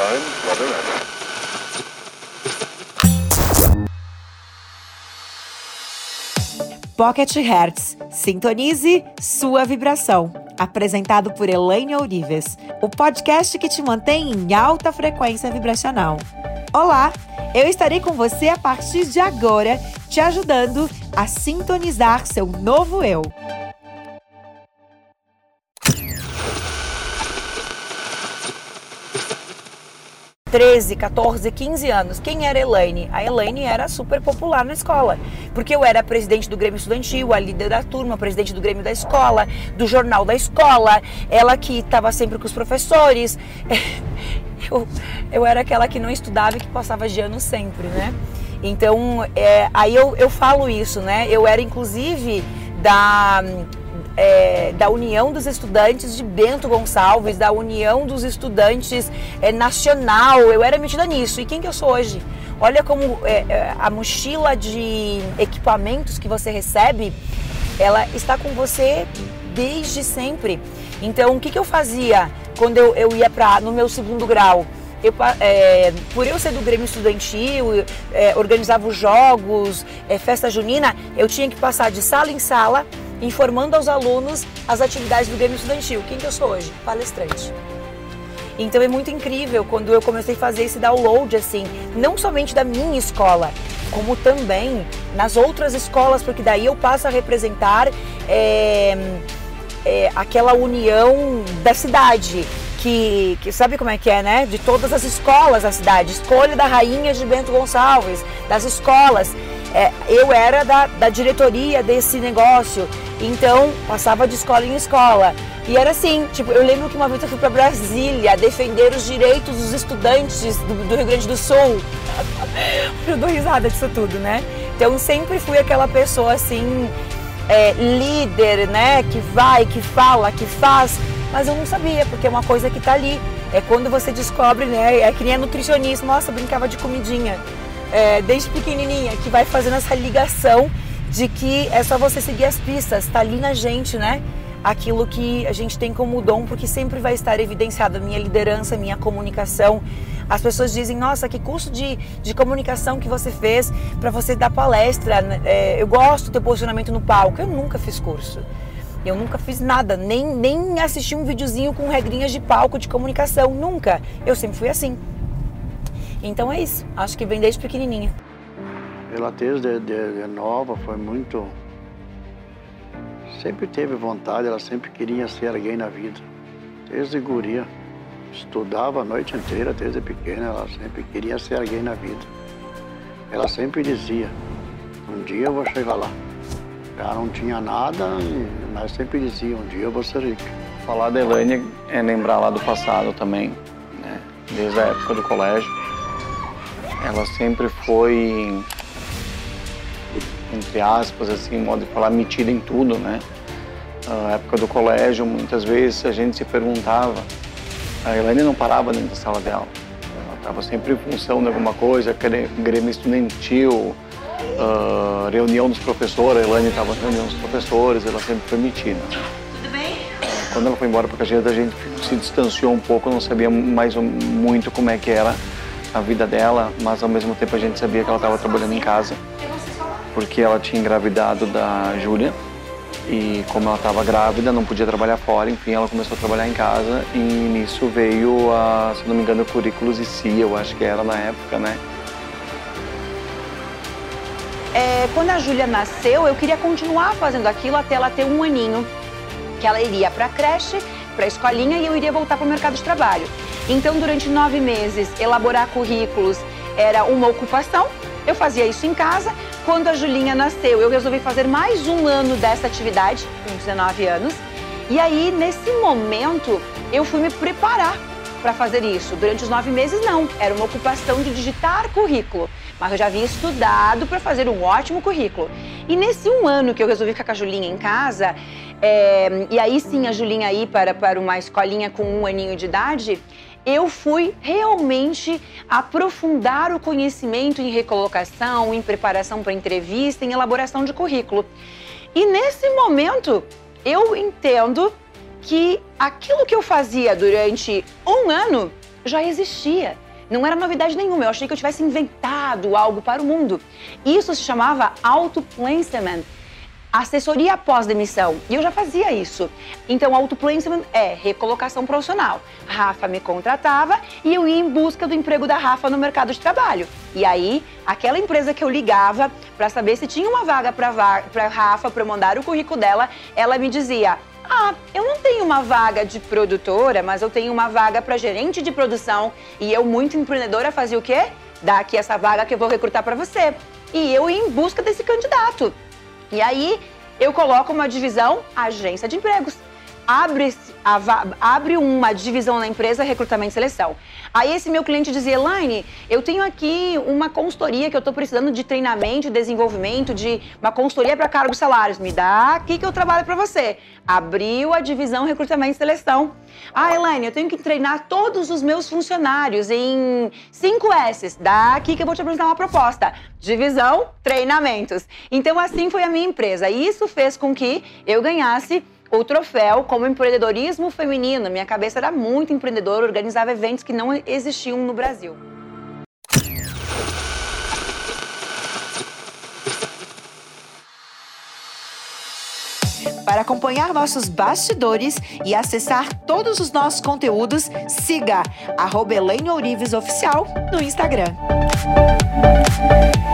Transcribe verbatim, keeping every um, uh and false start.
time, weather ready. Pocket Hertz. Sintonize sua vibração. Apresentado por Elaine Ourives, o podcast que te mantém em alta frequência vibracional. Olá, eu estarei com você a partir de agora, te ajudando a sintonizar seu novo eu. treze, quatorze, quinze anos. Quem era a Elaine? A Elaine era super popular na escola, porque eu era a presidente do Grêmio Estudantil, a líder da turma, a presidente do Grêmio da escola, do jornal da escola, ela que estava sempre com os professores. Eu, eu era aquela que não estudava e que passava de ano sempre, né? Então, é, aí eu, eu falo isso, né? Eu era, inclusive, da... É, da União dos Estudantes de Bento Gonçalves, da União dos Estudantes é, Nacional, eu era metida nisso. E quem que eu sou hoje? Olha como é, a mochila de equipamentos que você recebe, ela está com você desde sempre. Então, o que que eu fazia quando eu, eu ia para no meu segundo grau? Eu, é, por eu ser do Grêmio Estudantil, é, organizava os jogos, é, festa junina, eu tinha que passar de sala em sala, informando aos alunos as atividades do Grêmio Estudantil. Quem que eu sou hoje? Palestrante. Então é muito incrível quando eu comecei a fazer esse download, assim, não somente da minha escola, como também nas outras escolas, porque daí eu passo a representar é, é, aquela união da cidade. Que, que sabe como é que é, né? De todas as escolas da cidade, escolha da rainha de Bento Gonçalves, das escolas. É, eu era da, da diretoria desse negócio, então passava de escola em escola. E era assim, tipo, eu lembro que uma vez eu fui para Brasília defender os direitos dos estudantes do, do Rio Grande do Sul. Eu dou risada disso tudo, né? Então sempre fui aquela pessoa assim, é, líder, né? Que vai, que fala, que faz. Mas eu não sabia, porque é uma coisa que tá ali. É quando você descobre, né? É que nem a nutricionista. Nossa, eu brincava de comidinha. É, desde pequenininha, que vai fazendo essa ligação de que é só você seguir as pistas. Tá ali na gente, né? Aquilo que a gente tem como dom, porque sempre vai estar evidenciado a minha liderança, a minha comunicação. As pessoas dizem, nossa, que curso de, de comunicação que você fez para você dar palestra. É, eu gosto do teu posicionamento no palco. Eu nunca fiz curso. Eu nunca fiz nada, nem, nem assisti um videozinho com regrinhas de palco, de comunicação, nunca. Eu sempre fui assim. Então é isso, acho que vem desde pequenininha. Ela desde de, de nova foi muito... Sempre teve vontade, ela sempre queria ser alguém na vida. Desde guria, estudava a noite inteira, desde pequena, ela sempre queria ser alguém na vida. Ela sempre dizia, um dia eu vou chegar lá. Ela não tinha nada, mas sempre dizia, um dia eu vou ser rica. Falar da Elaine é lembrar lá do passado também, né? Desde a época do colégio. Ela sempre foi, entre aspas, assim, modo de falar, metida em tudo, né? Na época do colégio, muitas vezes a gente se perguntava, a Elaine não parava dentro da sala de aula. Ela estava sempre em função de alguma coisa, Grêmio Estudantil, Uh, reunião dos professores, a Elaine estava na reunião dos professores, ela sempre foi metida. Tudo bem? Quando ela foi embora para Caxias, a gente se distanciou um pouco, não sabia mais muito como é que era a vida dela, mas ao mesmo tempo a gente sabia que ela estava trabalhando em casa, porque ela tinha engravidado da Júlia e como ela estava grávida, não podia trabalhar fora, enfim, ela começou a trabalhar em casa e nisso veio, a, se não me engano, Currículos e C I A, eu acho que era na época, né? É, quando a Júlia nasceu, eu queria continuar fazendo aquilo até ela ter um aninho, que ela iria para a creche, para a escolinha e eu iria voltar para o mercado de trabalho. Então, durante nove meses, elaborar currículos era uma ocupação, eu fazia isso em casa. Quando a Julinha nasceu, eu resolvi fazer mais um ano dessa atividade, com dezenove anos, e aí, nesse momento, eu fui me preparar para fazer isso. Durante os nove meses, não, era uma ocupação de digitar currículo. Mas eu já havia estudado para fazer um ótimo currículo. E nesse um ano que eu resolvi ficar com a Julinha em casa, é, e aí sim a Julinha ir para, para uma escolinha com um aninho de idade, eu fui realmente aprofundar o conhecimento em recolocação, em preparação para entrevista, em elaboração de currículo. E nesse momento, eu entendo que aquilo que eu fazia durante um ano já existia. Não era novidade nenhuma, eu achei que eu tivesse inventado algo para o mundo. Isso se chamava auto-placement, assessoria pós-demissão. E eu já fazia isso. Então, auto-placement é recolocação profissional. A Rafa me contratava e eu ia em busca do emprego da Rafa no mercado de trabalho. E aí, aquela empresa que eu ligava para saber se tinha uma vaga para a Rafa, para eu mandar o currículo dela, ela me dizia: ah, eu não tenho uma vaga de produtora, mas eu tenho uma vaga para gerente de produção. E eu, muito empreendedora, fazia o quê? Dá aqui essa vaga que eu vou recrutar para você. E eu ia em busca desse candidato. E aí, eu coloco uma divisão, agência de empregos. Abre, a, abre uma divisão na empresa, recrutamento e seleção. Aí esse meu cliente dizia: Elaine, eu tenho aqui uma consultoria que eu estou precisando de treinamento, de desenvolvimento, de uma consultoria para cargos e salários. Me dá aqui que eu trabalho para você. Abriu a divisão recrutamento e seleção. Ah, Elaine, eu tenho que treinar todos os meus funcionários em cinco S's. Dá aqui que eu vou te apresentar uma proposta. Divisão, treinamentos. Então assim foi a minha empresa. E isso fez com que eu ganhasse o troféu como empreendedorismo feminino. Minha cabeça era muito empreendedora, organizava eventos que não existiam no Brasil. Para acompanhar nossos bastidores e acessar todos os nossos conteúdos, siga arroba Elaine Ourives Oficial no Instagram.